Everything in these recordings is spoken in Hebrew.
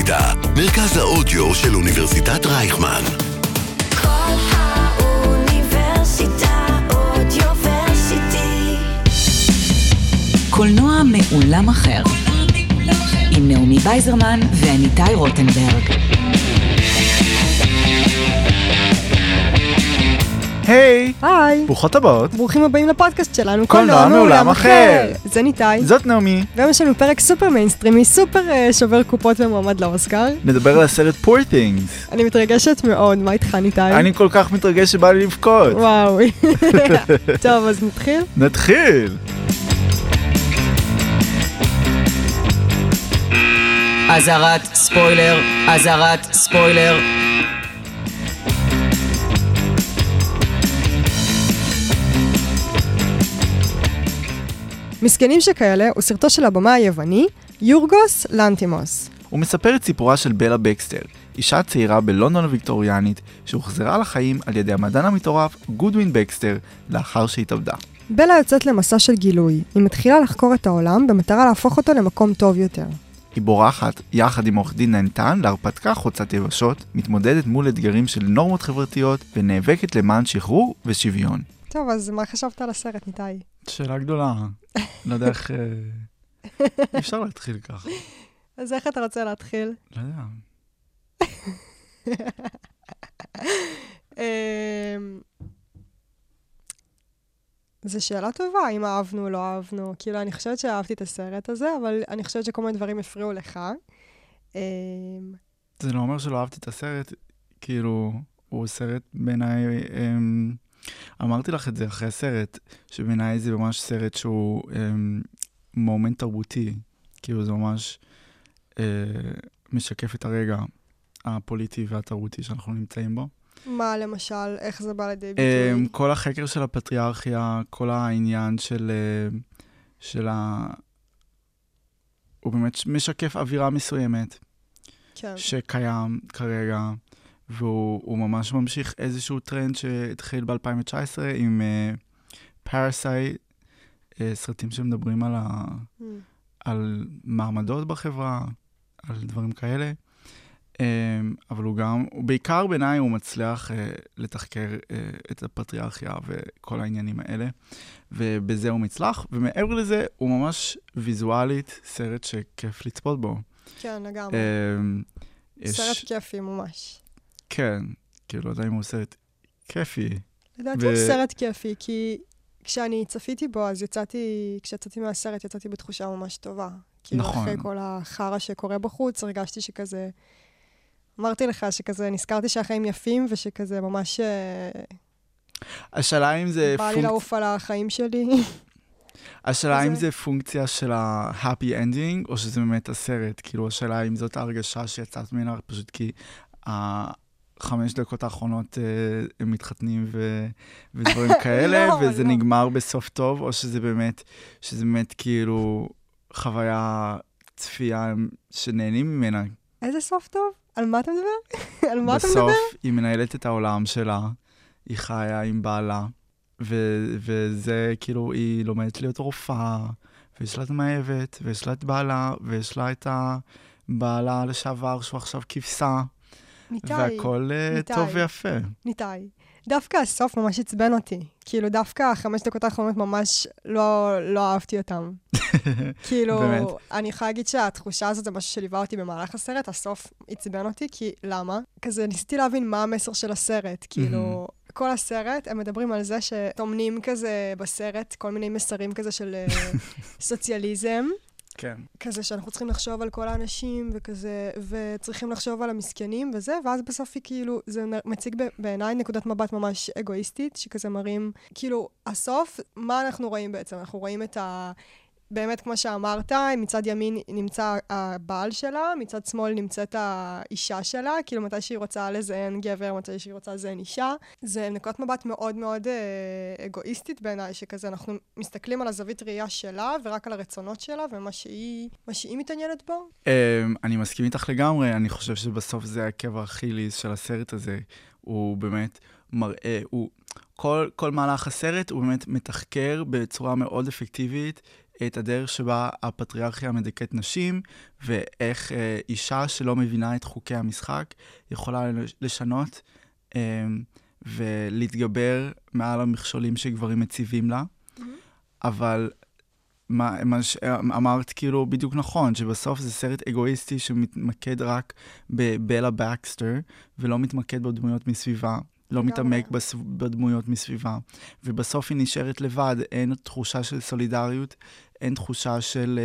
האוניברסיטה, מרכז האודיו של אוניברסיטת רייכמן. כל האוניברסיטה אודיוורסיטי. קולנוע מעולם אחר, עם נעמי בייזרמן ואניטאי רוטנברג. היי! היי! ברוכות הבאות. ברוכים הבאים לפודקאסט שלנו, קולנוע מעולם אחר. זה ניטאי. זאת נעמי. והיום יש לנו פרק סופר מיינסטרימי, סופר שובר קופות ומועמד לאוסקר. נדבר על הסרט Poor Things. אני מתרגשת מאוד, מה איתך ניטאי? אני כל כך מתרגש שבא לי לבכות. וואו. טוב, אז נתחיל? נתחיל! אזהרת ספוילר, אזהרת ספוילר. מסכנים שכאלה הוא סרטו של הבמה היווני, יורגוס לנטימוס. הוא מספר את סיפורה של בלה בקסטר, אישה צעירה בלונדון הוויקטוריאנית, שהוחזרה לחיים על ידי המדען המטורף גודווין בקסטר, לאחר שהתאבדה. בלה יוצאת למסע של גילוי. היא מתחילה לחקור את העולם במטרה להפוך אותו למקום טוב יותר. היא בורחת, יחד עם עורך דין נתן, להרפתקה חוצת יבשות, מתמודדת מול אתגרים של נורמות חברתיות, ונאבקת למען שחרור ושוויון. טוב, אז מה חשבת על הסרט, ניטאי? שאלה גדולה. לא יודע איך... אי אפשר להתחיל ככה. אז איך אתה רוצה להתחיל? לא יודע. זו שאלה טובה, אם אהבנו או לא אהבנו. כאילו, אני חושבת שאהבתי את הסרט הזה, אבל אני חושבת שכל מיני דברים הפריעו לך. זה לא אומר שלא אהבתי את הסרט, כאילו, הוא סרט בעיניי... אמרתי לך את זה אחרי הסרט, שבעיניי זה ממש סרט שהוא מומנט תרבותי. כאילו, זה ממש משקף את הרגע הפוליטי והתרבותי שאנחנו נמצאים בו. מה למשל? איך זה בא לידי ביטוי? כל החקר של הפטריארכיה, כל העניין של הוא באמת משקף אווירה מסוימת, כן. שקיים כרגע, והוא ממש ממשיך איזשהו טרנד שהתחיל ב-2019 עם פרסייט, סרטים שמדברים על מעמדות בחברה, על דברים כאלה. אבל הוא בעיקר בעיניי הוא מצליח לתחקר את הפטריארכיה וכל העניינים האלה, ובזה הוא מצלח, ומעבר לזה הוא ממש ויזואלית סרט שכיף לצפות בו. כן, לגמרי. סרט כיפי ממש. כן, כאילו לא יודע אם הוא סרט כיפי. לדעתי הוא סרט כיפי, כי כשאני צפיתי בו, אז כשיצאתי מהסרט יצאתי בתחושה ממש טובה. כאילו נכון. אחרי כל החרא שקורה בחוץ, הרגשתי שכזה... אמרתי לך שכזה, נזכרתי שהחיים יפים, ושכזה ממש... השאלה אם זה... בא לי לעוף על החיים שלי. השאלה אם זה פונקציה של ה-happy ending, או שזה באמת הסרט. כאילו, השאלה אם זאת ההרגשה שיצאת ממנה, פשוט כי 5 דקות האחרונות הם מתחתנים ודברים כאלה, וזה נגמר בסוף טוב, או שזה באמת כאילו חוויה צפייה שנהנים ממנה. איזה סוף טוב? על מה אתה מדבר? על מה אתה מדבר? בסוף היא מנהלת את העולם שלה, היא חיה עם בעלה, וזה כאילו, היא לומדת להיות רופאה, ויש לה את מאהבת, ויש לה את בעלה, ויש לה את הבעלה לשעבר, שהוא עכשיו כבשה, והכל טוב ויפה. ניטאי. דווקא הסוף ממש עצבן אותי. כאילו, דווקא 5 דקות האחרונות ממש לא אהבתי אותם. כאילו, אני יכולה להגיד שהתחושה הזאת זה משהו שליווה אותי במהלך הסרט, הסוף עצבן אותי, כי למה? כזה ניסיתי להבין מה המסר של הסרט. כאילו, כל הסרט, הם מדברים על זה שתומנים כזה בסרט, כל מיני מסרים כזה של סוציאליזם. כן. כזה שאנחנו צריכים לחשוב על כל האנשים, וכזה, וצריכים לחשוב על המסכנים וזה, ואז בסוף היא כאילו, זה מציג בעיניי נקודת מבט ממש אגואיסטית, שכזה מראים, כאילו, הסוף, מה אנחנו רואים בעצם? אנחנו רואים את באמת, כמו שאמרת, מצד ימין נמצא הבעל שלה, מצד שמאל נמצאת האישה שלה, כאילו מתי שהיא רוצה לזיין גבר, מתי שהיא רוצה לזיין אישה. זה נקודת מבט מאוד מאוד אגואיסטית בעיניי, שכזה אנחנו מסתכלים על הזווית ראייה שלה, ורק על הרצונות שלה, ומה שהיא מתעניינת בו. אני מסכים איתך לגמרי, אני חושב שבסוף זה הקבע אכיליס של הסרט הזה. הוא באמת מראה, כל מהלך הסרט הוא באמת מתחקר בצורה מאוד אפקטיבית את הדרך שבה הפטריארכיה מדכאת נשים, ואיך אישה שלא מבינה את חוקי המשחק יכולה לשנות ולהתגבר מעל המכשולים שגברים מציבים לה. אבל מה שאמרת כאילו בדיוק נכון, שבסוף זה סרט אגואיסטי שמתמקד רק בבלה בקסטר, ולא מתמקד בדמויות מסביבה. לא מתעמק בדמויות מסביבה, ובסוף היא נשארת לבד, אין תחושה של סולידריות, אין תחושה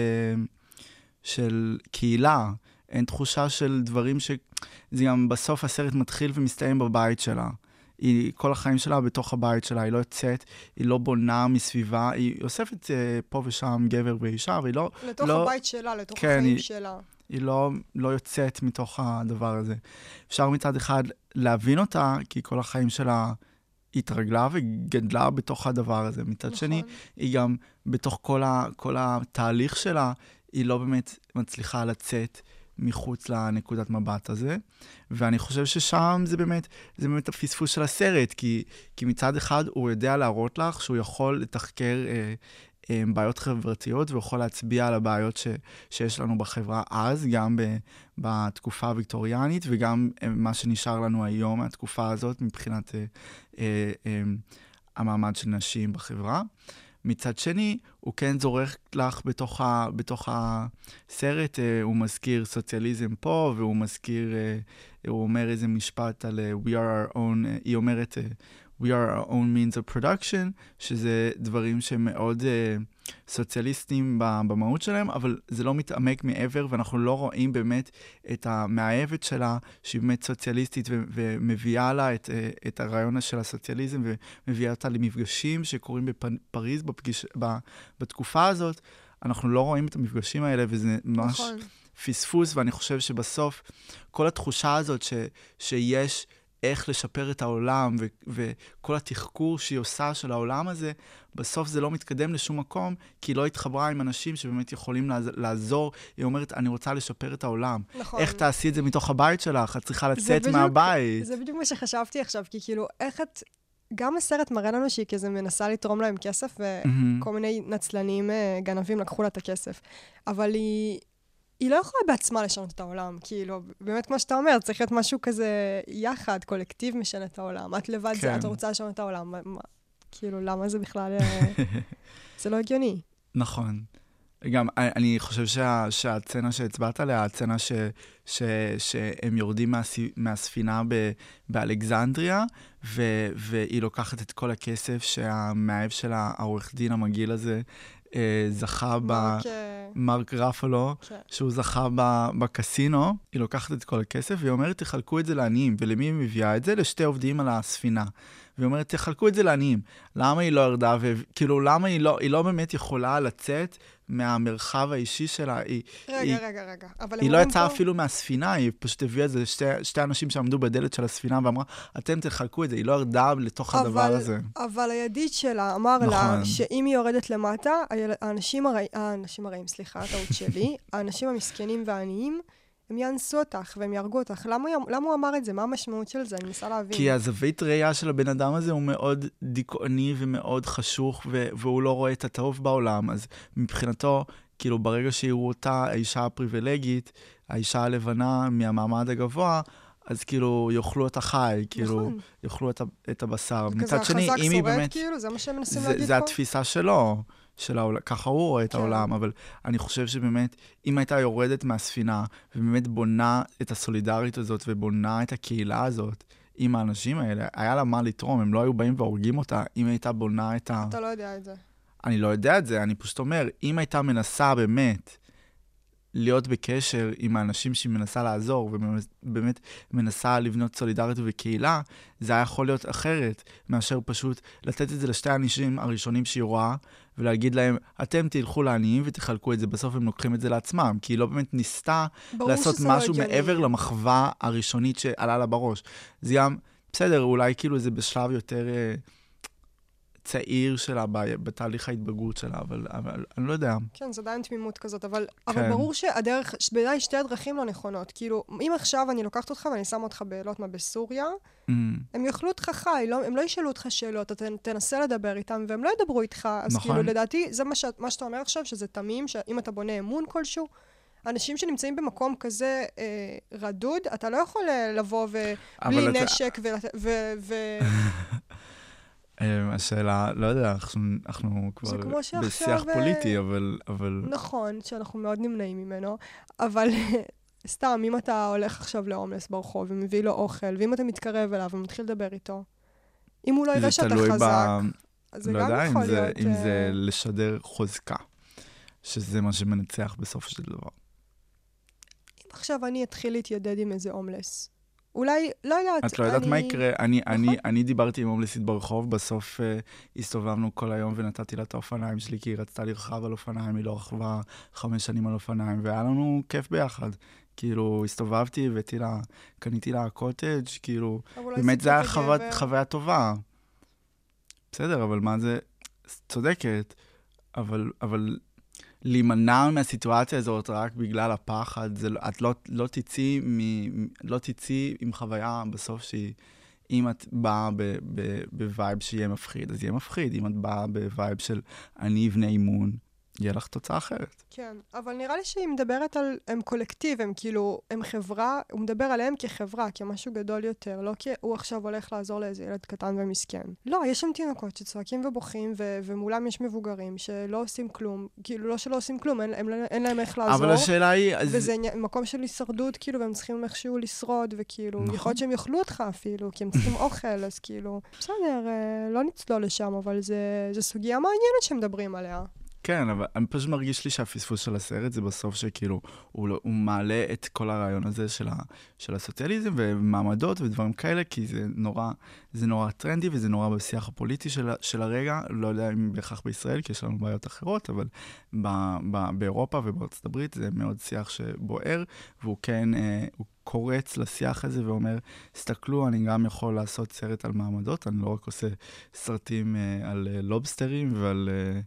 של קהילה, אין תחושה של דברים זה גם בסוף הסרט מתחיל ומסתיים בבית שלה. היא כל החיים שלה בתוך הבית שלה, היא לא יוצאת, היא לא בונה מסביבה, היא אוספת פה ושם גבר ואישה, והיא לא... לתוך הבית שלה, לתוך החיים שלה. היא לא יוצאת מתוך הדבר הזה. אפשר מצד אחד להבין אותה, כי כל החיים שלה התרגלה וגדלה בתוך הדבר הזה. מצד שני, היא גם בתוך כל התהליך שלה, היא לא באמת מצליחה לצאת מחוץ לנקודת מבט הזה. ואני חושב ששם זה באמת הפספוס של הסרט, כי מצד אחד הוא יודע להראות לך שהוא יכול לתחקר בעיות חברתיות, והוא יכול להצביע על הבעיות שיש לנו בחברה אז, גם בתקופה הוויקטוריאנית, וגם מה שנשאר לנו היום מהתקופה הזאת, מבחינת המעמד של נשים בחברה. מצד שני, הוא כן זורק לך בתוך הסרט, הוא מזכיר סוציאליזם פה, והוא מזכיר, הוא אומר איזה משפט על we are our own, היא אומרת, we are our own means of production, שזה דברים שמאוד סוציאליסטים במהות שלהם, אבל זה לא מתעמק מעבר, ואנחנו לא רואים באמת את המאהבת שלה, שהיא באמת סוציאליסטית, ומביאה לה את הרעיון של הסוציאליזם, ומביאה אותה למפגשים שקורים בפריז בתקופה הזאת. אנחנו לא רואים את המפגשים האלה, וזה ממש פספוס, ואני חושב שבסוף כל התחושה הזאת שיש איך לשפר את העולם, וכל התחקור שהיא עושה של העולם הזה, בסוף זה לא מתקדם לשום מקום, כי היא לא התחברה עם אנשים שבאמת יכולים לעזור. היא אומרת, אני רוצה לשפר את העולם. נכון. איך תעשי את זה מתוך הבית שלך? את צריכה לצאת מהבית. זה בדיוק מה שחשבתי עכשיו, כי כאילו, איך את... גם הסרט מראה לנו שהיא כזה מנסה לתרום להם כסף, וכל מיני נצלנים גנבים לקחו לה את הכסף. אבל היא לא יכולה בעצמה לשנות את העולם, כאילו, באמת כמו שאתה אומר, צריך להיות משהו כזה יחד, קולקטיב משנה את העולם. את לבד זה, את רוצה לשנות את העולם. כאילו, למה זה בכלל... זה לא הגיוני. נכון. גם, אני חושב שהצנה שהצבעת עליה, הצנה שהם יורדים מהספינה באלכסנדריה, והיא לוקחת את כל הכסף שהמאהב של העורך דין המגעיל הזה, זכה מרק רפלו, שהוא זכה בקסינו, היא לוקחת את כל הכסף, והיא אומרת, תחלקו את זה לעניים, ולמי היא מביאה את זה? לשתי עובדים על הספינה. והיא אומרת, תחלקו את זה לעניים. למה היא לא ירדה? כאילו, למה היא לא באמת יכולה לצאת מהמרחב האישי שלה? רגע. היא לא יצאה אפילו מהספינה, היא פשוט הביאה את זה לשתי אנשים שעמדו בדלת של הספינה, ואמרה, אתם תחלקו את זה, היא לא ירדה לתוך הדבר הזה. אבל הידיד שלה אמר לה, שאם היא יורדת למטה, האנשים הרעים, סליחה, טעות שלי, האנשים המסכנים והעניים, הם יאנסו אותך והם יהרגו אותך. למה הוא אמר את זה? מה המשמעות של זה? אני מנסה להבין. כי הזווית ראייה של הבן אדם הזה הוא מאוד דיכאוני ומאוד חשוך, והוא לא רואה את הטוב בעולם. אז מבחינתו, כאילו ברגע שיראו אותה, האישה הפריבילגית, האישה הלבנה מהמעמד הגבוה, אז כאילו יאכלו את החי, כאילו יאכלו את הבשר. מצד שני, אם היא באמת... כאילו, זה מה שהם מנסים להגיד פה? זה התפיסה שלו. ככה הוא רואה את העולם, אבל אני חושב שבאמת, אם הייתה יורדת מהספינה, ובאמת בונה את הסולידריות הזאת, ובונה את הקהילה הזאת, עם האנשים האלה, היה לה מה לתרום, הם לא היו באים והורגים אותה, אם הייתה בונה את אתה לא יודע את זה. אני לא יודע את זה, אני פשוט אומר, אם הייתה מנסה באמת להיות בקשר עם האנשים שהיא מנסה לעזור, ובאמת מנסה לבנות סולידריות וקהילה, זה היה יכול להיות אחרת, מאשר פשוט לתת את זה לשתי האנשים הראשונים שהיא רואה, ולהגיד להם, אתם תלכו לעניים ותחלקו את זה, בסוף הם לוקחים את זה לעצמם, כי היא לא באמת ניסתה לעשות משהו מעבר למחווה הראשונית שעלה לה בראש. זה גם, בסדר, אולי כאילו זה בשלב יותר צעיר שלה, בתהליך ההתבגרות שלה, אבל אני לא יודע. כן, זה עדיין תמימות כזאת, אבל ברור שהדרך, בעיניי שתי הדרכים לא נכונות. כאילו, אם עכשיו אני לוקחת אותך ואני שם אותך בסוריה, הם יאכלו אותך חי, הם לא ישאלו אותך שאלות, אתה תנסה לדבר איתם, והם לא ידברו איתך. אז כאילו, לדעתי, זה מה שאתה אומר עכשיו, שזה תמים, שאם אתה בונה אמון כלשהו, אנשים שנמצאים במקום כזה רדוד, אתה לא יכול לבוא בלי נשק השאלה, לא יודע, אנחנו כבר בשיח פוליטי, אבל... נכון, שאנחנו מאוד נמנעים ממנו, אבל סתם, אם אתה הולך עכשיו להומלס ברחוב ומביא לו אוכל, ואם אתה מתקרב אליו ומתחיל לדבר איתו, אם הוא לא יראה שאתה חזק, אז זה גם יכול להיות... לא יודע אם זה לשדר חוזקה, שזה מה שמנצח בסוף של דבר. אם עכשיו אני אתחיל להתיידד עם איזה הומלס, אולי, לא יודעת. את לא יודעת מה יקרה. אני דיברתי עם הומלסית ברחוב, בסוף הסתובבנו כל היום ונתתי לה את האופניים שלי, כי היא רצתה לרכב על אופניים, היא לא רכבה 5 שנים על אופניים, והיה לנו כיף ביחד. כאילו, הסתובבתי, קניתי לה קוטג', כאילו, באמת זה היה חוויה טובה. בסדר, אבל מה זה? צודקת, אבל להימנע מהסיטואציה הזאת רק בגלל הפחד, את לא תצאי עם חוויה בסוף אם את באה בווייב שיהיה מפחיד, אז יהיה מפחיד. אם את באה בווייב של אני אבנה אימון, יהיה לך תוצאה אחרת. כן, אבל נראה לי שהיא מדברת על, הם קולקטיב, הם כאילו, הם חברה, הוא מדבר עליהם כחברה, כמשהו גדול יותר, לא כי הוא עכשיו הולך לעזור לאיזה ילד קטן ומסכן. לא, יש שם תינוקות שצועקים ובוכים, ומולם יש מבוגרים שלא עושים כלום, כאילו לא שלא עושים כלום, אין להם איך לעזור. אבל השאלה היא... וזה מקום של הישרדות, כאילו, והם צריכים איכשהו לשרוד, וכאילו, יכול להיות שהם יאכלו אותך אפילו, כי הם צריכים אוכל, אז כאילו, בסדר, לא נצלול לשם, אבל זה סוגיה מעניינת שמדברים עליה. כן, אבל אני פשוט מרגיש לי שהפספוס של הסרט זה בסוף שכאילו, הוא מעלה את כל הרעיון הזה של הסוציאליזם ומעמדות ודברים כאלה, כי זה נורא טרנדי וזה נורא בשיח הפוליטי של הרגע, לא יודע אם בהכרח בישראל, כי יש לנו בעיות אחרות, אבל באירופה ובארצות הברית זה מאוד שיח שבוער, והוא כן, הוא קורץ לשיח הזה ואומר, סתכלו, אני גם יכול לעשות סרט על מעמדות, אני לא רק עושה סרטים על לובסטרים ועל...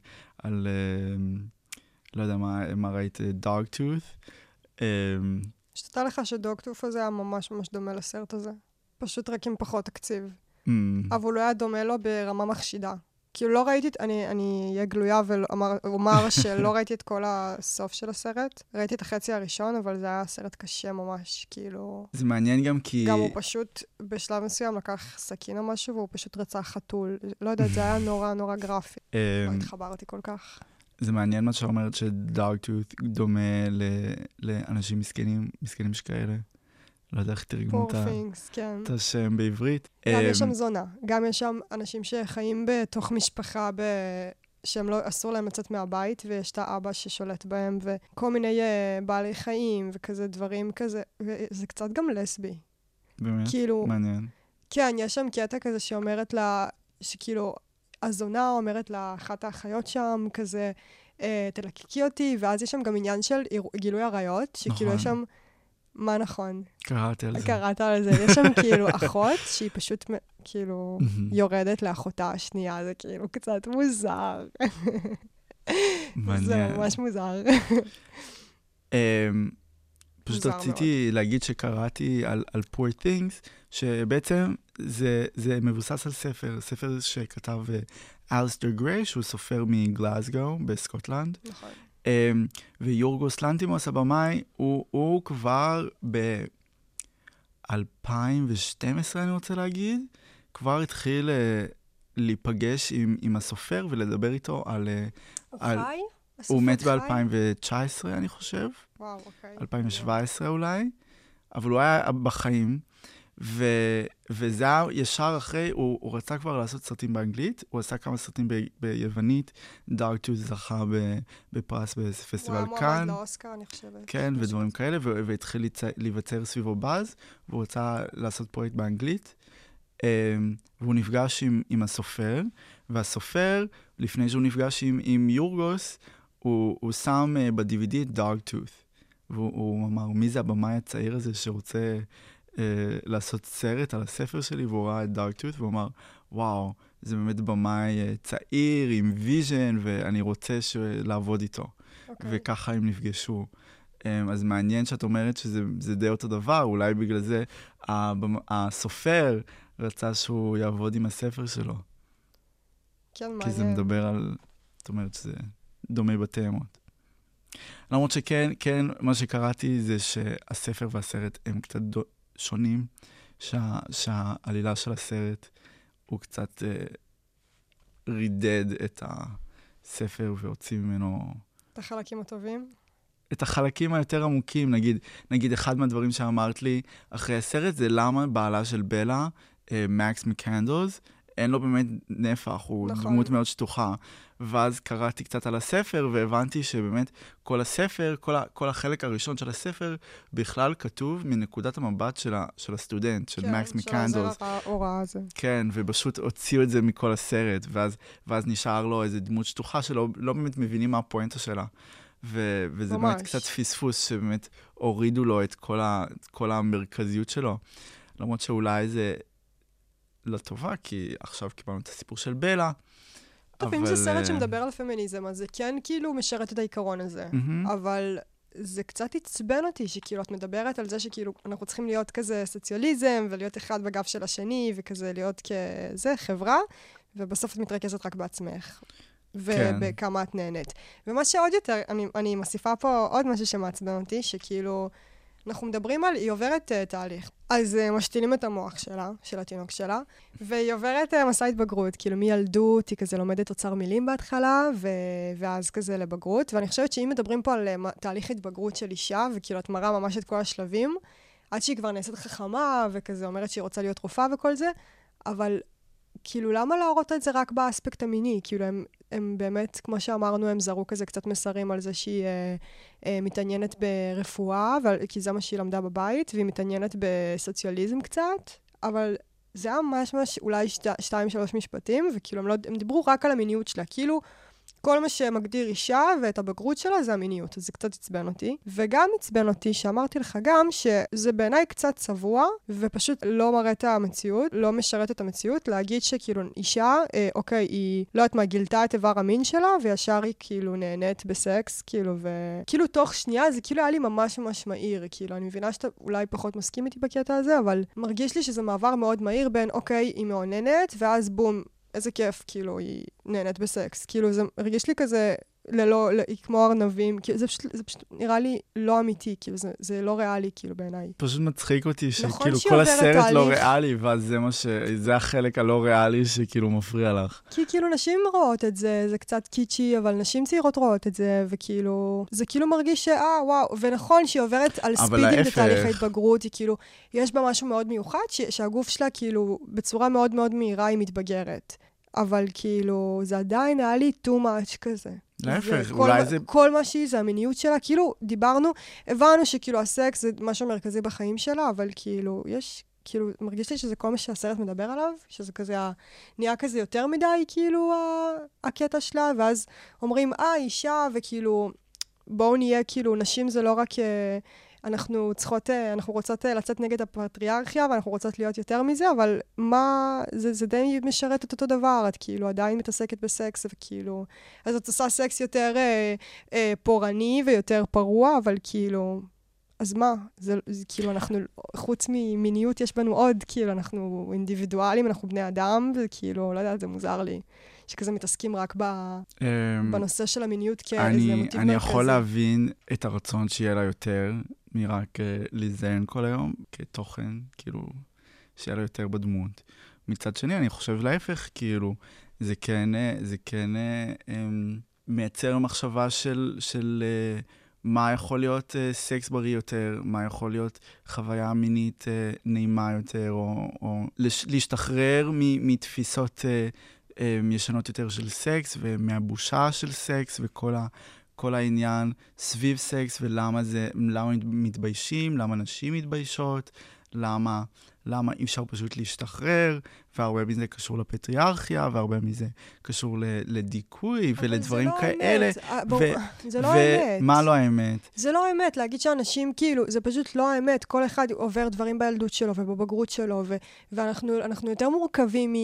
לא יודע מה ראית, Dogtooth. שתדע לך שדוגטוף הזה היה ממש ממש דומה לסרט הזה. פשוט רק עם פחות תקציב. אבל הוא היה דומה לו ברמה מחשידה. כאילו לא ראיתי, אני אהיה גלויה ואומר שלא ראיתי את כל הסוף של הסרט. ראיתי את החצי הראשון, אבל זה היה סרט קשה ממש, כאילו... זה מעניין גם כי... גם הוא פשוט בשלב מסוים לקח סכין או משהו, והוא פשוט רצה חתול. לא יודעת, זה היה נורא נורא גרפי. לא התחברתי כל כך. זה מעניין מה שאומרת שדארקטות דומה לאנשים מסכנים שכאלה. לא יודע איך תרגמו את השם בעברית. גם יש שם זונה. גם יש שם אנשים שחיים בתוך משפחה שהם לא, אסור להם לצאת מהבית, ויש את האבא ששולט בהם, וכל מיני בעלי חיים, וכזה דברים כזה. וזה קצת גם לסבי. באמת? כאילו, מעניין. כן, יש שם קטע כזה שאומרת לה, שכאילו, הזונה אומרת לאחת האחיות שם, כזה, תלקקי אותי, ואז יש שם גם עניין של גילוי עריות, שכאילו יש שם, מה נכון? קראת על זה. יש שם כאילו אחות, שהיא פשוט כאילו יורדת לאחותה השנייה, זה כאילו קצת מוזר. זה ממש מוזר. פשוט רציתי להגיד שקראתי על Poor Things, שבעצם זה מבוסס על ספר שכתב אלסטר גריי, שהוא סופר מגלאזגו בסקוטלנד. נכון. ויורגוס לנטימוס הבמאי, הוא כבר ב-2012, אני רוצה להגיד, כבר התחיל להיפגש עם הסופר ולדבר איתו על... הוא חי? הוא מת ב-2019, אני חושב. וואו, אוקיי. 2017 אולי, אבל הוא היה בחיים, וזה היה ישר אחרי, הוא רצה כבר לעשות סרטים באנגלית, הוא עשה כמה סרטים ביוונית, Dogtooth זכה בפרס בפסטיבל כאן. הוא היה מועמד לאוסקר, אני חושבת. כן, ודברים כאלה, והתחיל להיווצר סביבו באז, והוא רצה לעשות פרויקט באנגלית, והוא נפגש עם הסופר, והסופר, לפני שהוא נפגש עם יורגוס, הוא שם ב-DVD את Dogtooth, והוא אמר, מי זה הבמאי הצעיר הזה שרוצה לעשות סרט על הספר שלי, והוא ראה את Dogtooth, והוא אמר, וואו, זה באמת במאי צעיר עם ויז'ן, ואני רוצה לעבוד איתו. וככה הם נפגשו. אז מעניין שאת אומרת שזה די אותו דבר, אולי בגלל זה הסופר רצה שהוא יעבוד עם הספר שלו. כן, מעניין. כי זה מדבר על, זאת אומרת שזה דומה בתאמות. למרות שכן, מה שקראתי זה שהספר והסרט הם קצת שונים, שהעלילה של הסרט הוא קצת רידד את הספר והוציא ממנו... את החלקים הטובים? את החלקים היותר עמוקים, נגיד אחד מהדברים שאמרת לי אחרי הסרט זה למה בעלה של בלה, מקס מקנדלס, אין לו באמת נפח, הוא דמות מאוד שטוחה. ואז קראתי קצת על הספר, והבנתי שבאמת כל הספר, כל החלק הראשון של הספר, בכלל כתוב מנקודת המבט של הסטודנט, של מקס מקנדלס. כן, של ההוראה הזה. כן, ופשוט הוציאו את זה מכל הסרט, ואז נשאר לו איזו דמות שטוחה שלא באמת מבינים מה הפואנטה שלה. וזה באמת קצת פספוס, שבאמת הורידו לו את כל המרכזיות שלו. למרות שאולי זה לא טובה, כי עכשיו קיבלנו את הסיפור של בלה. טוב, אם זה סרט שמדבר על פמיניזם, אז זה כן כאילו משרת את העיקרון הזה. אבל זה קצת עצבן אותי, שכאילו את מדברת על זה שכאילו אנחנו צריכים להיות כזה סוציאליזם, ולהיות אחד בגב של השני, וכזה להיות כזה חברה, ובסוף את מתרכזת רק בעצמך. ובכמה את נהנית. ומה שעוד יותר, אני מוסיפה פה עוד משהו שמעצבן אותי, שכאילו אנחנו מדברים על, היא עוברת תהליך. אז משתילים את המוח שלה, של התינוק שלה, והיא עוברת מסע התבגרות, כאילו מילדות, היא כזה לומדת אוצר מילים בהתחלה, ואז כזה לבגרות, ואני חושבת שאם מדברים פה על תהליך התבגרות של אישה, וכאילו את מראה ממש את כל השלבים, עד שהיא כבר נעשית חכמה, וכזה אומרת שהיא רוצה להיות רופאה וכל זה, אבל כאילו למה להראות את זה רק באספקט המיני? כאילו הם באמת, כמו שאמרנו, הם זרו כזה קצת מסרים על זה שהיא מתעניינת ברפואה, כי זה מה שהיא למדה בבית, והיא מתעניינת בסוציאליזם קצת, אבל זה היה ממש אולי 2-3 משפטים, וכאילו הם דיברו רק על המיניות שלה, כאילו כל מה שמגדיר אישה ואת הבגרות שלה זה המיניות, אז זה קצת עצבן אותי. וגם עצבן אותי שאמרתי לך גם שזה בעיניי קצת צבוע, ופשוט לא מראה את המציאות, לא משרת את המציאות, להגיד שכאילו אישה, אוקיי, היא לא יודעת מה, גילתה את איבר המין שלה, וישר היא כאילו נהנית בסקס, כאילו תוך שנייה זה כאילו היה לי ממש מהיר, כאילו אני מבינה שאתה אולי פחות מסכים איתי בקטע הזה, אבל מרגיש לי שזה מעבר מאוד מהיר בין, אוקיי, היא מעוננת, ואז בום, איזה כיף, כאילו, היא נהנית בסקס. כאילו, זה הרגיש לי כזה, כמו ארנבים, כאילו, זה פשוט נראה לי לא אמיתי, כאילו, זה לא ריאלי, כאילו, בעיניי. פשוט מצחיק אותי שכאילו כל הסרט לא ריאלי, ואז זה החלק הלא ריאלי שכאילו מפריע לך. כי כאילו נשים רואות את זה, זה קצת קיצ'י, אבל נשים צעירות רואות את זה, וכאילו, זה כאילו מרגיש וואו, ונכון שהיא עוברת על ספידים בתהליך ההתבגרות, היא כאילו, יש בה משהו מאוד מיוחד, שהגוף שלה כאילו, בצורה מאוד מאוד מהירה היא מתבגרת. אבל כאילו, זה עדיין היה לי too much כזה. להפך, אולי זה... כל מה שהיא, זה המיניות שלה, כאילו, הבנו שכאילו הסקס זה משהו מרכזי בחיים שלה, אבל כאילו, כאילו, מרגיש לי שזה כל מה שהסרט מדבר עליו, שזה כזה, נהיה כזה יותר מדי, כאילו, הקטע שלה, ואז אומרים, אישה, וכאילו, בואו נהיה, כאילו, נשים זה לא רק... אנחנו רוצות לצאת נגד הפטריארכיה, ואנחנו רוצות להיות יותר מזה, אבל זה די משרת את אותו דבר, את כאילו עדיין מתעסקת בסקס, וכאילו, אז את עושה סקס יותר פורני ויותר פרוע, אבל כאילו, אז מה? זה כאילו אנחנו, חוץ ממיניות יש בנו עוד, כאילו אנחנו אינדיבידואלים, אנחנו בני אדם, וכאילו, לא יודעת, זה מוזר לי. שכזה מתעסקים רק בנושא של המיניות כאיזה מוטיב מרכזי. אני יכול להבין את הרצון שיהיה לה יותר, מרק להיזיין כל היום, כתוכן, כאילו, שיהיה לה יותר בדמות. מצד שני, אני חושב להפך, כאילו, זה כן מייצר מחשבה של מה יכול להיות סקס בריא יותר, מה יכול להיות חוויה מינית נעימה יותר, או להשתחרר מתפיסות ישנות יותר של סקס, ומהבושה של סקס, וכל העניין סביב סקס, ולמה מתביישים, למה נשים מתביישות, למה אי אפשר פשוט להשתחרר, והרבה מזה קשור לפטריארכיה, והרבה מזה קשור לדיכוי, ולדברים כאלה. זה לא האמת. ומה לא האמת? זה לא האמת, להגיד שאנשים, כאילו, זה פשוט לא האמת. כל אחד עובר דברים בילדות שלו, ובבגרות שלו, ואנחנו יותר מורכבים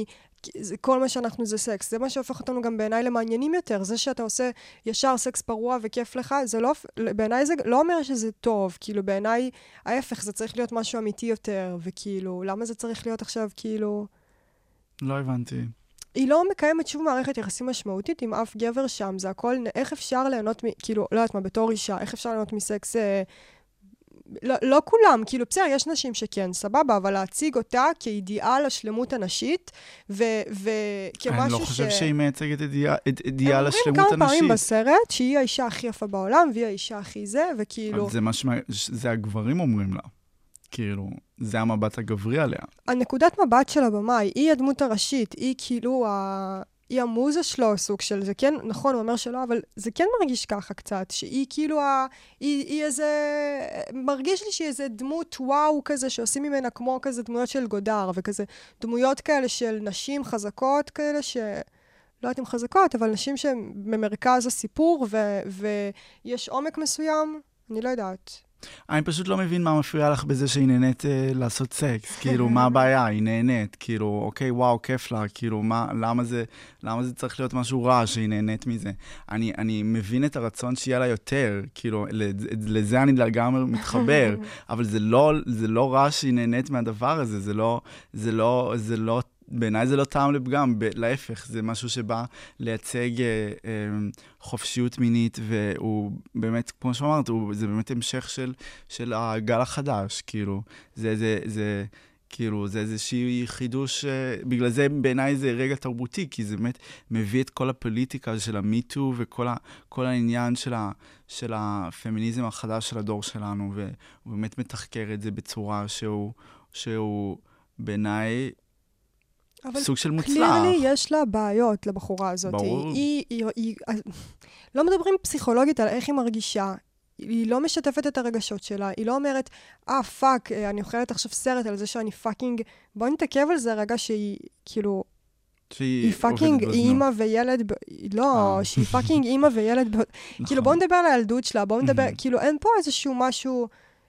כל מה שאנחנו זה סקס. זה מה שהופך אותנו גם בעיניי למעניינים יותר. זה שאתה עושה ישר סקס פרוע וכיף לך, זה לא, בעיניי זה לא אומר שזה טוב. כאילו, בעיניי, ההפך, זה צריך להיות משהו אמיתי יותר, וכאילו, למה זה צריך להיות עכשיו, כאילו... לא הבנתי. היא לא מקיימת שוב מערכת יחסים משמעותית עם אף גבר שם. זה הכל, איך אפשר ליהנות כאילו, לא יודעת מה, בתור אישה, איך אפשר ליהנות מסקס... לא כולם, כאילו, בסדר, יש נשים שכן, סבבה, אבל להציג אותה כאידיאל השלמות הנשית, וכמשהו אני לא חושב שהיא מייצגת אידיאל השלמות הנשית. הם אומרים כמה פעמים בסרט, שהיא האישה הכי יפה בעולם, והיא האישה הכי זה, וכאילו... זה הגברים אומרים לה. כאילו, זה המבט הגברי עליה. הנקודת מבט של הבמאי, היא הדמות הראשית, היא כאילו היא המוזה שלו, סוג של זה כן, נכון, הוא אומר שלא, אבל זה כן מרגיש ככה קצת, שהיא כאילו, היא איזה, מרגיש לי שהיא איזה דמות וואו כזה, שעושים ממנה כמו כזה דמויות של גודר, וכזה דמויות כאלה של נשים חזקות כאלה, לא יודעת אם חזקות, אבל נשים שהן במרכז הסיפור, ויש עומק מסוים, אני לא יודעת. אני פשוט לא מבין מה מפריע לך בזה שהיא נהנית לעשות סקס. כאילו, מה הבעיה? היא נהנית. כאילו, אוקיי, וואו, כיף לה. כאילו, למה זה צריך להיות משהו רע שהיא נהנית מזה? אני מבין את הרצון שיהיה לה יותר. כאילו, לזה אני לגמרי מתחבר. אבל זה לא רע שהיא נהנית מהדבר הזה. זה לא בעיניי זה לא טעם לפגם, להפך, זה משהו שבא לייצג חופשיות מינית, והוא באמת, כמו שאמרת, זה באמת המשך של הגל החדש, כאילו, זה איזושהי חידוש, בגלל זה בעיניי זה רגע תרבותי, כי זה באמת מביא את כל הפוליטיקה של המיטו, וכל העניין של הפמיניזם החדש של הדור שלנו, והוא באמת מתחקר את זה בצורה שהוא בעיניי, סוג של מוצלח. אבל קלירלי יש לה בעיות לבחורה הזאת. ברור. היא לא מדברים פסיכולוגית על איך היא מרגישה. היא לא משתפת את הרגשות שלה. היא לא אומרת, פאק, אני אוכלת עכשיו סרט על זה שאני פאקינג... בוא נתעכב על זה רגע שהיא, כאילו... היא פאקינג אימא וילד... לא, שהיא פאקינג אימא וילד... כאילו, בוא נדבר על הילדות שלה, בוא נדבר... כאילו, אין פה איזשהו משהו...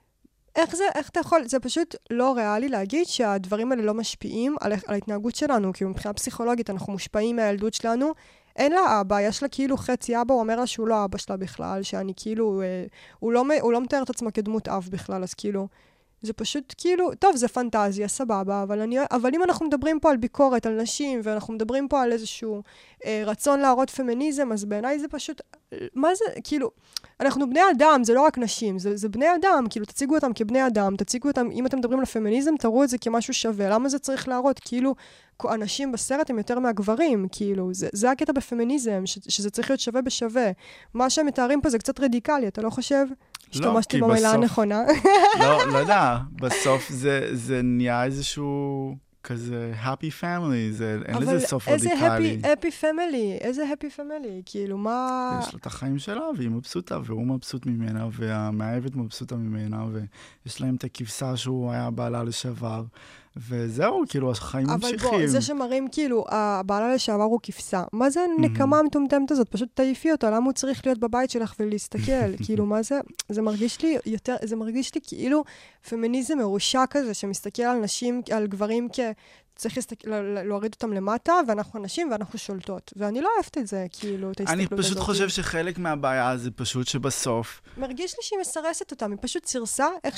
איך אתה יכול, זה פשוט לא ריאלי להגיד שהדברים האלה לא משפיעים על ההתנהגות שלנו, כי מבחינה פסיכולוגית אנחנו מושפעים מהילדות שלנו, אין לה אבא, יש לה כאילו חצי אבא, הוא אומר לה שהוא לא אבא שלה בכלל, שאני כאילו, הוא לא מתאר את עצמו כדמות אב בכלל, אז כאילו, זה פשוט כאילו, טוב, זה פנטזיה, סבבה, אבל אם אנחנו מדברים פה על ביקורת, על נשים, ואנחנו מדברים פה על איזשהו רצון להראות פמיניזם, אז בעיניי זה פשוט, מה זה, כאילו, אנחנו בני אדם, זה לא רק נשים, זה בני אדם, כאילו, תציגו אותם כבני אדם, תציגו אותם, אם אתם מדברים על פמיניזם, תראו את זה כמשהו שווה, למה זה צריך להראות? כאילו, אנשים בסרט הם יותר מהגברים, כאילו, זה הקטע בפמיניזם, שזה צריך להיות שווה בשווה. מה שהם מתארים פה זה קצת רדיקלי, אתה לא חושב? השתמשתי במילה הנכונה. לא יודע, בסוף זה נהיה איזשהו כזה happy family, אין לזה סוף רדיקלי. איזה happy family, כאילו מה... יש לה את החיים שלה, והיא מבסוטה, והוא מבסוט ממנה, והמאהבת מבסוטה ממנה, ויש להם את הכבשה שהוא היה בעלה לשעבר, וזהו, כאילו, החיים ממשיכים. אבל בוא, זה שמראים, כאילו, הבעלה לשעבר הוא כבשה. מה זה הנקמה המטומטמת הזאת? פשוט תעיפי אותו, למה הוא צריך להיות בבית שלך ולהסתכל? כאילו, מה זה? זה מרגיש לי יותר, זה מרגיש לי כאילו פמיניזם מרושע כזה, שמסתכל על נשים, על גברים צריך להוריד אותם למטה, ואנחנו נשים ואנחנו שולטות. ואני לא אוהבת את זה, כאילו, את ההסתכלות הזאת. אני פשוט חושב שחלק מהבעיה זה פשוט שבסוף... מרגיש לי שהיא מסרסת אותם, היא פשוט סירסה, איך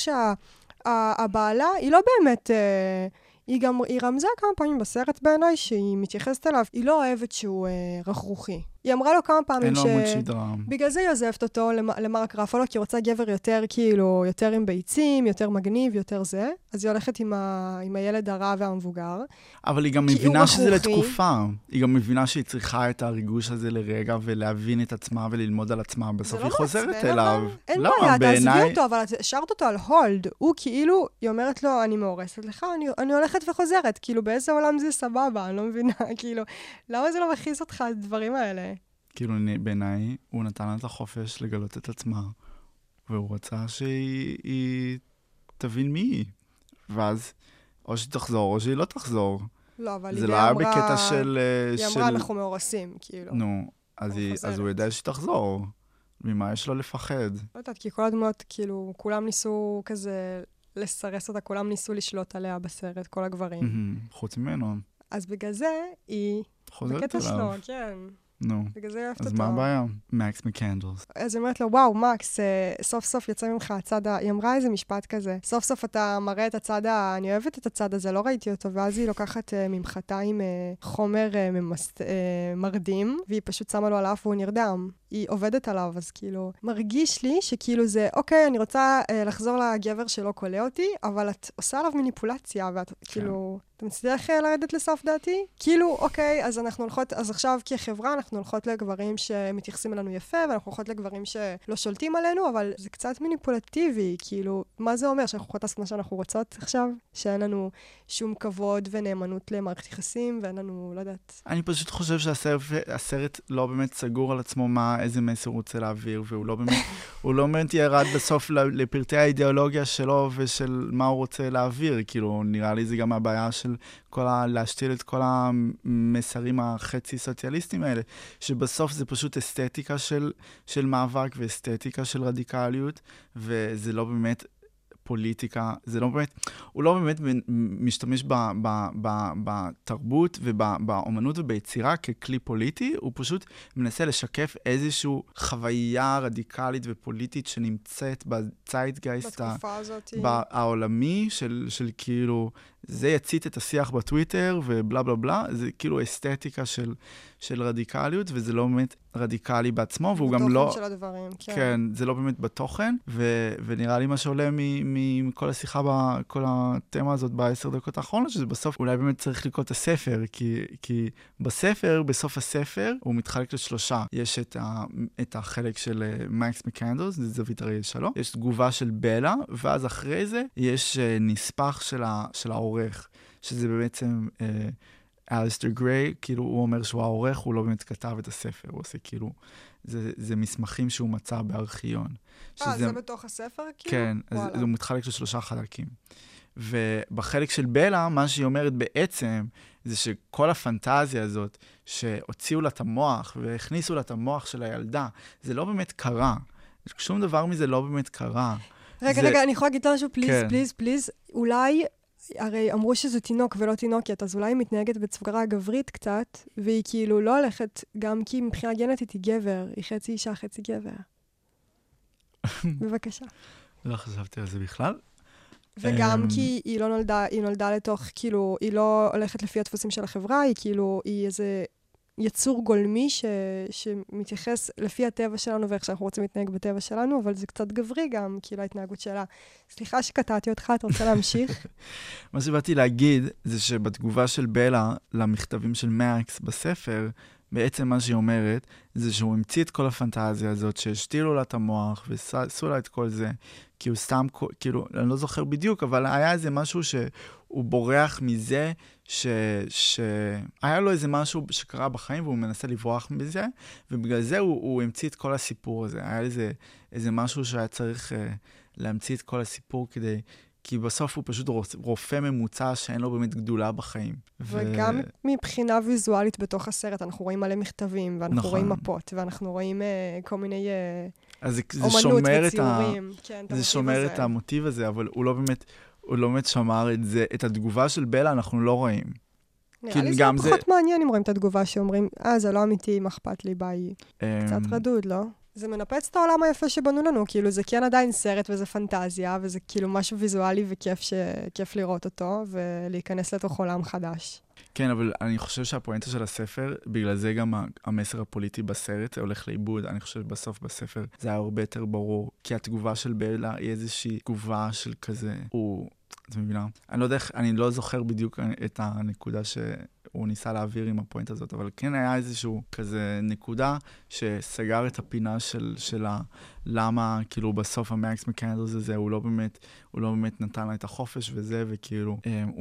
הבעלה, היא לא באמת, היא רמזה כמה פעמים בסרט בעיניי, שהיא מתייחסת אליו, היא לא אוהבת שהוא רכרוכי. היא אמרה לו כמה פעמים אין לו עמוד שדרה. בגלל זה היא עוזבת אותו למרק רפלו, כי היא רוצה גבר יותר, כאילו, יותר עם ביצים, יותר מגניב, יותר זה. אז היא הולכת עם הילד הרע והמבוגר. אבל היא גם מבינה שזה לתקופה. היא גם מבינה שהיא צריכה את הריגוש הזה לרגע, ולהבין את עצמה וללמוד על עצמה. בסוף היא חוזרת אליו. אין בעיה, תעזבי אותו, אבל את השארת אותו על הולד. הוא כאילו, היא אומרת לו, אני מאורסת לך, אני הולכת וחוזרת. כאילו, באיזה עולם זה סבבה? אני לא מבינה, כאילו, למה זה לא מכניס אותך הדברים האלה? כאילו, בעיניי, הוא נתן לה את החופש לגלות את עצמה, והוא רצה שהיא תבין מי היא. ואז, או שהיא תחזור, או שהיא לא תחזור. לא, אבל זה לא היה בקטע של... היא אמרה, אנחנו מאורסים, כאילו. נו, אז הוא יודע שהיא תחזור. ממה יש לו לפחד? לא יודעת, כי כל הדמות, כאילו, כולם ניסו כזה לסרס אותה, כולם ניסו לשלוט עליה בסרט, כל הגברים. חוץ ממנו. אז בגלל זה היא... חוזרת בקטע שלו, אליו. כן. נו. בגלל זה היא אוהבת אז אותו. מה הבעיה? מקס מקנדלס. אז היא אומרת לו, וואו, מקס, סוף סוף יצא ממך הצד היא אמרה איזה משפט כזה. סוף סוף אתה מראה את הצד אני אוהבת את הצד הזה, לא ראיתי אותו, ואז היא לוקחת ממחטה עם חומר מרדים, והיא פשוט שמה לו על האף והוא נרדם. היא עובדת עליו, אז כאילו, מרגיש לי שכאילו זה, אוקיי, אני רוצה לחזור לגבר שלא קולה אותי, אבל את עושה עליו מניפולציה, ואת כאילו... אתה מצליח לרדת לסוף דעתי? כאילו, אוקיי, אז אנחנו הולכות, אז עכשיו כחברה אנחנו הולכות לגברים שמתייחסים אלינו יפה, ואנחנו הולכות לגברים שלא שולטים עלינו, אבל זה קצת מניפולטיבי, כאילו, מה זה אומר? שאנחנו הולכות לעשות מה שאנחנו רוצות עכשיו? שאין לנו שום כבוד ונאמנות למערכת יחסים, ואין לנו, לא יודעת. אני פשוט חושב שהסרט לא באמת סגור על עצמו איזה מסר הוא רוצה להעביר, והוא לא באמת ירד בסוף לפרטי האידיאולוגיה שלו ושל מה הוא רוצה להעביר, כאילו, נראה לי זה גם הבעיה של להשתיל את כל המסרים החצי סוציאליסטיים האלה, שבסוף זה פשוט אסתטיקה של מאבק ואסתטיקה של רדיקליות, וזה לא באמת פוליטיקה, זה לא באמת, הוא לא באמת משתמש בתרבות ובאומנות וביצירה ככלי פוליטי, הוא פשוט מנסה לשקף איזושהי חוויה רדיקלית ופוליטית שנמצאת בצייטגייסט העולמי של כאילו, זה יצית את השיח בטוויטר ובלה בלה בלה, זה כאילו אסתטיקה של רדיקליות, וזה לא באמת רדיקלי בעצמו, והוא גם לא... בתוכן של הדברים, כן. כן, זה לא באמת בתוכן, ונראה לי מה שעולה מכל השיחה, כל התמה הזאת ב10 דקות האחרונות, שזה בסוף אולי באמת צריך לקרוא את הספר, כי בספר, בסוף הספר, הוא מתחלק לשלושה. יש את החלק של מקס מקנדלס, זה זווית הרגל שלו, יש תגובה של בלה, ואז אחרי זה יש נספח של העורך, שזה בעצם... אליסטר גריי, כאילו הוא אומר שהוא העורך, הוא לא באמת כתב את הספר, הוא עושה כאילו, זה מסמכים שהוא מצא בארכיון. זה בתוך הספר? כן, אז הוא מתחלק לשלושה חלקים. ובחלק של בלה, מה שהיא אומרת בעצם, זה שכל הפנטזיה הזאת, שהוציאו לה את המוח, והכניסו לה את המוח של הילדה, זה לא באמת קרה. שום דבר מזה לא באמת קרה. רגע, אני יכולה להגיד משהו, פליז, אולי... הרי אמרו שזה תינוק ולא תינוקית, אז אולי היא מתנהגת בצורה גברית קצת, והיא כאילו לא הולכת, גם כי מבחינה גנטית היא גבר, היא חצי אישה, חצי גבר. בבקשה. לא חשבתי על זה בכלל. וגם כי היא לא נולדה, היא נולדה לתוך, כאילו, היא לא הולכת לפי הדפוסים של החברה, היא כאילו, היא איזה יצור גולמי שמתייחס לפי הטבע שלנו ואיך שאנחנו רוצים להתנהג בטבע שלנו, אבל זה קצת גברי גם, כאילו ההתנהגות שלה. סליחה שקטעתי אותך, אתה רוצה להמשיך? מה שבאתי להגיד זה שבתגובה של בלה למכתבים של מקס בספר, בעצם מה שהיא אומרת זה שהוא המציא את כל הפנטזיה הזאת, שהשתילו לה את המוח ועשו לה את כל זה, כי הוא סתם, כאילו, אני לא זוכר בדיוק, אבל היה איזה משהו שהוא בורח מזה, שהיה לו איזה משהו שקרה בחיים, והוא מנסה לברוח מזה, ובגלל זה הוא המציא את כל הסיפור הזה. היה איזה משהו שהיה צריך להמציא את כל הסיפור כי בסוף הוא פשוט רופא ממוצע שאין לו באמת גדולה בחיים. וגם מבחינה ויזואלית בתוך הסרט, אנחנו רואים מלא מכתבים, ואנחנו רואים מפות, ואנחנו רואים כל מיני אומנות וציורים. זה שומר את המוטיב הזה, אבל הוא לא באמת שמר את זה. את התגובה של בלה אנחנו לא רואים. נראה לי זה פחות מעניין אם רואים את התגובה שאומרים, זה לא אמיתי, מה אכפת לי, ביי. קצת רדוד, לא? זה מנפץ את העולם היפה שבנו לנו, כאילו זה כן עדיין סרט וזה פנטזיה, וזה כאילו משהו ויזואלי וכיף לראות אותו, ולהיכנס לתוך עולם חדש. כן, אבל אני חושב שהפואנטה של הספר, בגלל זה גם המסר הפוליטי בסרט הולך לאיבוד. אני חושב שבסוף בספר זה היה הרבה יותר ברור, כי התגובה של בלה היא איזושהי תגובה של כזה, את מבינה? אני לא זוכר בדיוק את הנקודה שהוא ניסה להעביר עם הפואנט הזאת, אבל כן היה איזשהו כזה נקודה שסגר את הפינה של למה, כאילו בסוף המקס מקנדלס הזה, הוא לא באמת נתן לה את החופש וזה, וכאילו,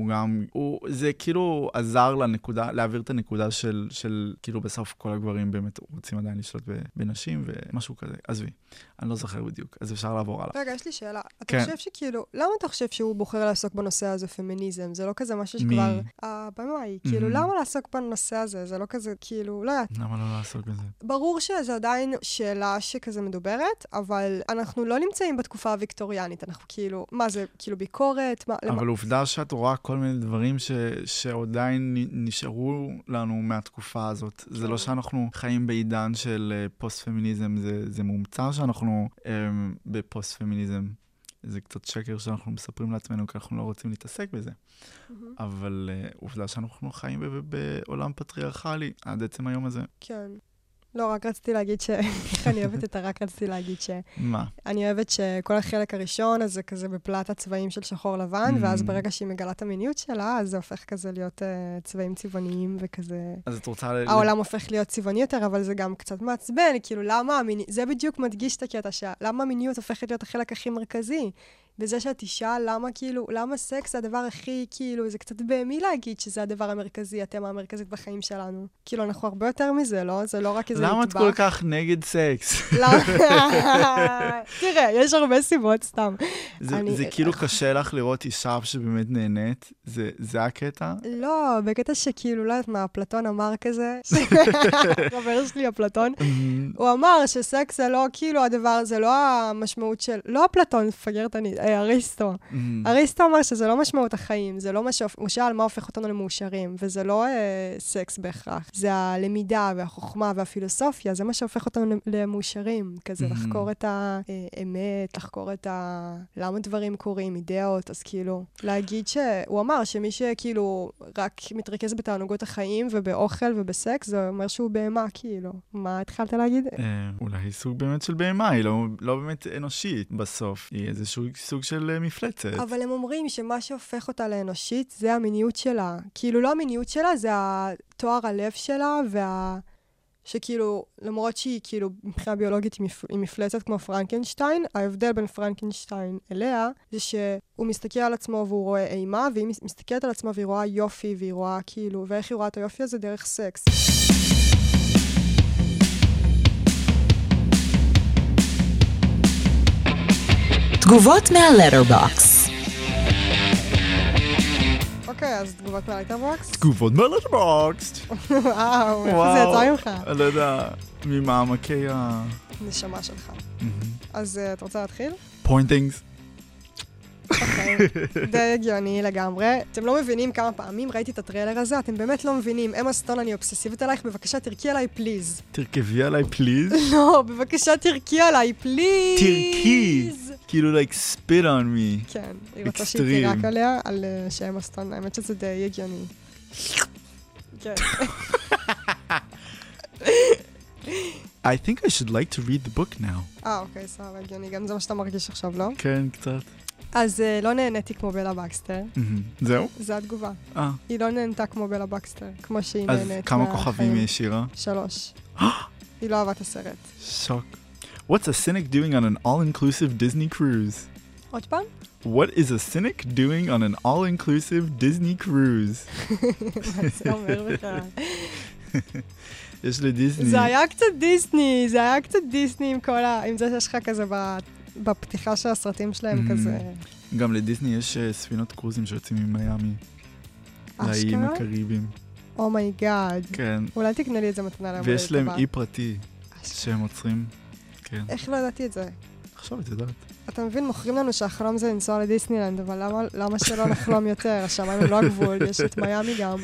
זה כאילו עזר לנקודה, להעביר את הנקודה של כאילו בסוף כל הגברים באמת רוצים עדיין לשלוט בנשים ומשהו כזה. עזבי, אני לא זוכר בדיוק, אז אפשר לעבור הלאה. רגע, יש לי שאלה. אתה חושב שכאילו, למה אתה חושב שהוא בוחר לעסוק בנושא הזה פמיניזם? זה לא כזה משהו שכבר... במאי, כאילו, למה לעסוק בנושא הזה? זה לא כזה, כאילו, לא יודעת. למה לא לעסוק בזה? ברור שזו עדיין שאלה שכזה מדוברת, אבל אנחנו לא נמצאים בתקופה הוויקטוריאנית, אנחנו כאילו, מה זה, כאילו ביקורת? אבל עובדה שאת רואה כל מיני דברים שעדיין נשארו לנו מהתקופה הזאת. זה לא שאנחנו חיים בעידן של פוסט-פמיניזם, זה מומצא שאנחנו בפוסט-פמיניזם. זה קצת שקר שאנחנו מספרים לעצמנו, כי אנחנו לא רוצים להתעסק בזה. אבל עובדה שאנחנו חיים בעולם פטריארכלי עד עצם היום הזה. כן. לא, רק רציתי להגיד איך אני אוהבת את רק רציתי להגיד מה? אני אוהבת שכל החלק הראשון, אז זה כזה בפלט הצבעים של שחור לבן, ואז ברגע שהיא מגלה את המיניות שלה, אז זה הופך כזה להיות צבעים צבעוניים וכזה... אז את רוצה... העולם הופך להיות צבעוני יותר, אבל זה גם קצת מעצבן, כאילו למה זה בדיוק מדגיש את הקטע למה המיניות הופכת להיות החלק הכי מרכזי? בזה שאת אישה, למה סקס זה הדבר הכי, כאילו, זה קצת בהמי להגיד שזה הדבר המרכזי, התמה המרכזית בחיים שלנו. כאילו, אנחנו הרבה יותר מזה, לא? זה לא רק איזה למה את כל כך נגד סקס? תראה, יש הרבה סיבות סתם. זה כאילו קשה לך לראות אישה שבאמת נהנית? זה הקטע? לא, בקטע שכאילו, לא יודעת מה, אפלטון אמר כזה, חבר שלי אפלטון, הוא אמר שסקס זה לא כאילו הדבר, זה לא המשמעות של, לא אפלטון, פגרת אני, אריסטו. אריסטו אמר שזה לא משמעות החיים, זה לא הוא שאל מה הופך אותנו למאושרים, וזה לא סקס בהכרח. זה הלמידה והחוכמה והפילוסופיה, זה מה שהופך אותנו למאושרים, כזה לחקור את האמת, לחקור את למה דברים קורים, אידאות, אז כאילו, להגיד הוא אמר שמי שכאילו רק מתרכז בתענוגות החיים ובאוכל ובסקס, זה אומר שהוא בהמה, כאילו. מה התחלת להגיד? אולי סוג באמת של בהמה, היא לא באמת אנושית בסוף, היא איזשהו סוג של מפלצת. אבל הם אומרים שמה שהופך אותה לאנושית זה המיניות שלה. כאילו לא המיניות שלה, זה התואר הלב שלה, שכאילו, למרות שהיא כאילו מבחינה ביולוגית היא מפלצת כמו פרנקנשטיין, ההבדל בין פרנקנשטיין אליה זה שהוא מסתכל על עצמו והוא רואה אימה, והיא מסתכלת על עצמה והיא רואה יופי, והיא רואה כאילו, ואיך היא רואה את היופי הזה דרך סקס. תגובות מהלטרבוקס. אוקיי, אז תגובות מהלטרבוקס? תגובות מהלטרבוקס! וואו, איפה זה יצא ממך? אני לא יודע, ממעמקי נשמה שלך. אז אתה רוצה להתחיל? פוינטינגס. אוקיי, די הגיוני לגמרי. אתם לא מבינים כמה פעמים ראיתי את הטריילר הזה, אתם באמת לא מבינים. אמה סטון, אני אובססיבית עלייך, בבקשה תרקי עליי פליז. תרכבי עליי פליז? לא, בבקשה תרקי עליי פליז. תרקי! כאילו like spit on me. כן, היא רוצה שהיא תירק עליה, על שאמה סטון, האמת שזה די הגיוני. כן. I think I should like to read the book now. אוקיי, סבבה, הגיוני. גם זה מה שאתה מרגיש עכשיו, לא? כן, קצת. אז לא נהניתי כמו בלה בקסטר. זהו? זו התגובה. היא לא נהנתה כמו בלה בקסטר, כמו שהיא נהנית מהחיים. אז כמה כוכבים היא שירה? 3. היא לא אהבה את הסרט. שוק. What's a cynic doing on an all-inclusive Disney cruise? עוד פעם? What is a cynic doing on an all-inclusive Disney cruise? מה זה אומר בכלל? יש לדיסני. זה היה קצת דיסני עם זה שיש לך כזה בפתיחה של הסרטים שלהם כזה. גם לדיסני יש ספינות קרוזים שיוצאים ממיימי. לאיים הקריביים. אומייגאד. כן. אולי תקנה לי את זה מתנה להם. ויש להם אי פרטי שהם עוצרים. כן. איך לא ידעתי את זה? עכשיו את יודעת. אתה מבין, מוכרים לנו שהחלום זה לנסוע לדיסנילנד, אבל למה שלא נחלום יותר? השמיים הם לא הגבול, יש את מיימי גם.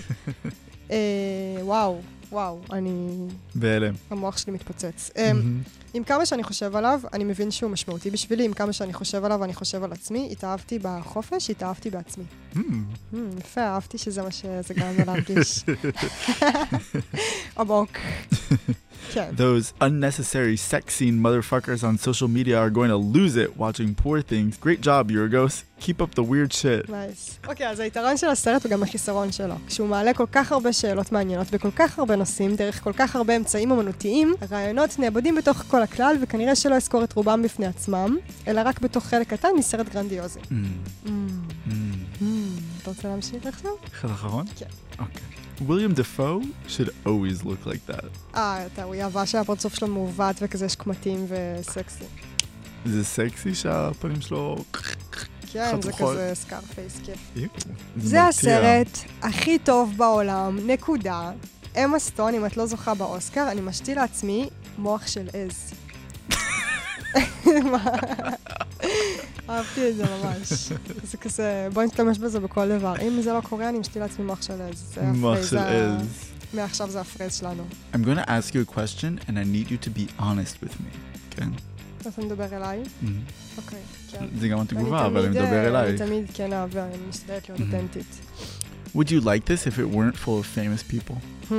וואו, אני... בהלם. המוח שלי מתפוצץ. עם כמה שאני חושב עליו, אני מבין שהוא משמעותי בשבילי, עם כמה שאני חושב עליו, אני חושב על עצמי, התאהבתי בחופש, התאהבתי בעצמי. יפה, אהבתי שזה מה שזה גם להרגיש. עמוק. Those unnecessary sex scene motherfuckers on social media are going to lose it watching Poor Things. Great job, Yorgos. Keep up the weird shit. Nice. אוקיי, אז היתרון של הסרט הוא גם החיסרון שלו. כשהוא מעלה כל כך הרבה שאלות מעניינות בכל כך הרבה נושאים, דרך כל כך הרבה אמצעים אומנותיים, הרעיונות נאבדים בתוך כל הכלל, וכנראה שלא אזכור את רובם בפני עצמם, אלא רק בתוך חלק קטן מסרט גרנדיוזי. אתה רוצה להמשיך עכשיו? אחד אחרון? כן. אוקיי. William Dafoe should always look like that. הוא יאהבה שהפרצוף שלו מעוות וכזה יש קמטים וסקסי. זה סקסי שהפנים שלו כן, זה כזה סקארפייס כיף. זה הסרט הכי טוב בעולם, נקודה. אמה סטון, אם את לא זוכה באוסקר, אני משתיל לעצמי מוח של עז. אהבתי את זה ממש. זה כזה, בואי נשתמש בזה בכל דבר. אם זה לא קורה, אני משתיל לעצמי מוח של עז. מוח של עז. מעכשיו זה הפרז שלנו. I'm going to ask you a question and I need you to be honest with me. כן? אתה מדבר אליי? אוקיי, כן. זה גם התגובה, אבל אני מדבר אליי. אני תמיד כן אהבה, אני משתדלת להיות אותנטית. Would you like this if it weren't full of famous people?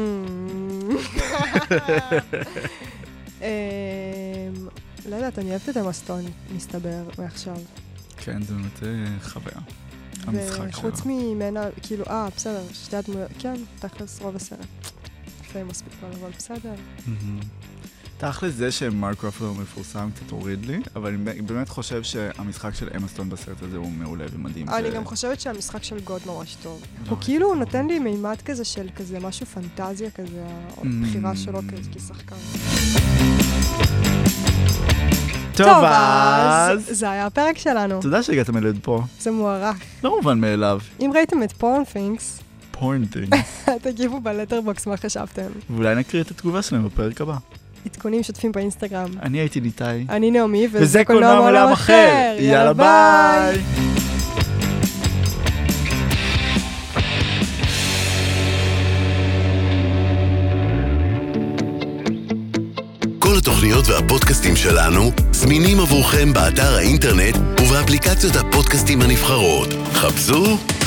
לא יודעת, אני אוהבת את המסטון, מסתבר, מעכשיו. כן, זה באמת חוויה. המשחק שלו. וחוץ ממנה, כאילו, בסדר, שתי הדמויות, כן, תכלס רוב הסרט. לפעמים מספיק לא לבוא, בסדר. תכלס זה שמרק רופלו מפורסם קצת הוריד לי, אבל אני באמת חושב שהמשחק של אמה סטון בסרט הזה הוא מעולה ומדהים. אני גם חושבת שהמשחק של גוד ממש טוב. הוא כאילו נותן לי מימד כזה של כזה משהו פנטזיה כזה, הבחירה שלו כשחקן. טוב, אז זה היה הפרק שלנו. תודה שהגעתם אלינו פה. זה מוערך. לא מובן מאליו. אם ראיתם את פורן פינקס, תגיבו בלטרבוקס מה חשבתם. ואולי נקריא את התגובה שלהם בפרק הבא. עדכונים שוטפים באינסטגרם. אני הייתי ניתאי. אני נעמי, וזה קולנוע מעולם אחר. יאללה ביי. כל התוכניות והפודקאסטים שלנו זמינים עבורכם באתר האינטרנט ובאפליקציות הפודקאסטים הנבחרות. חפשו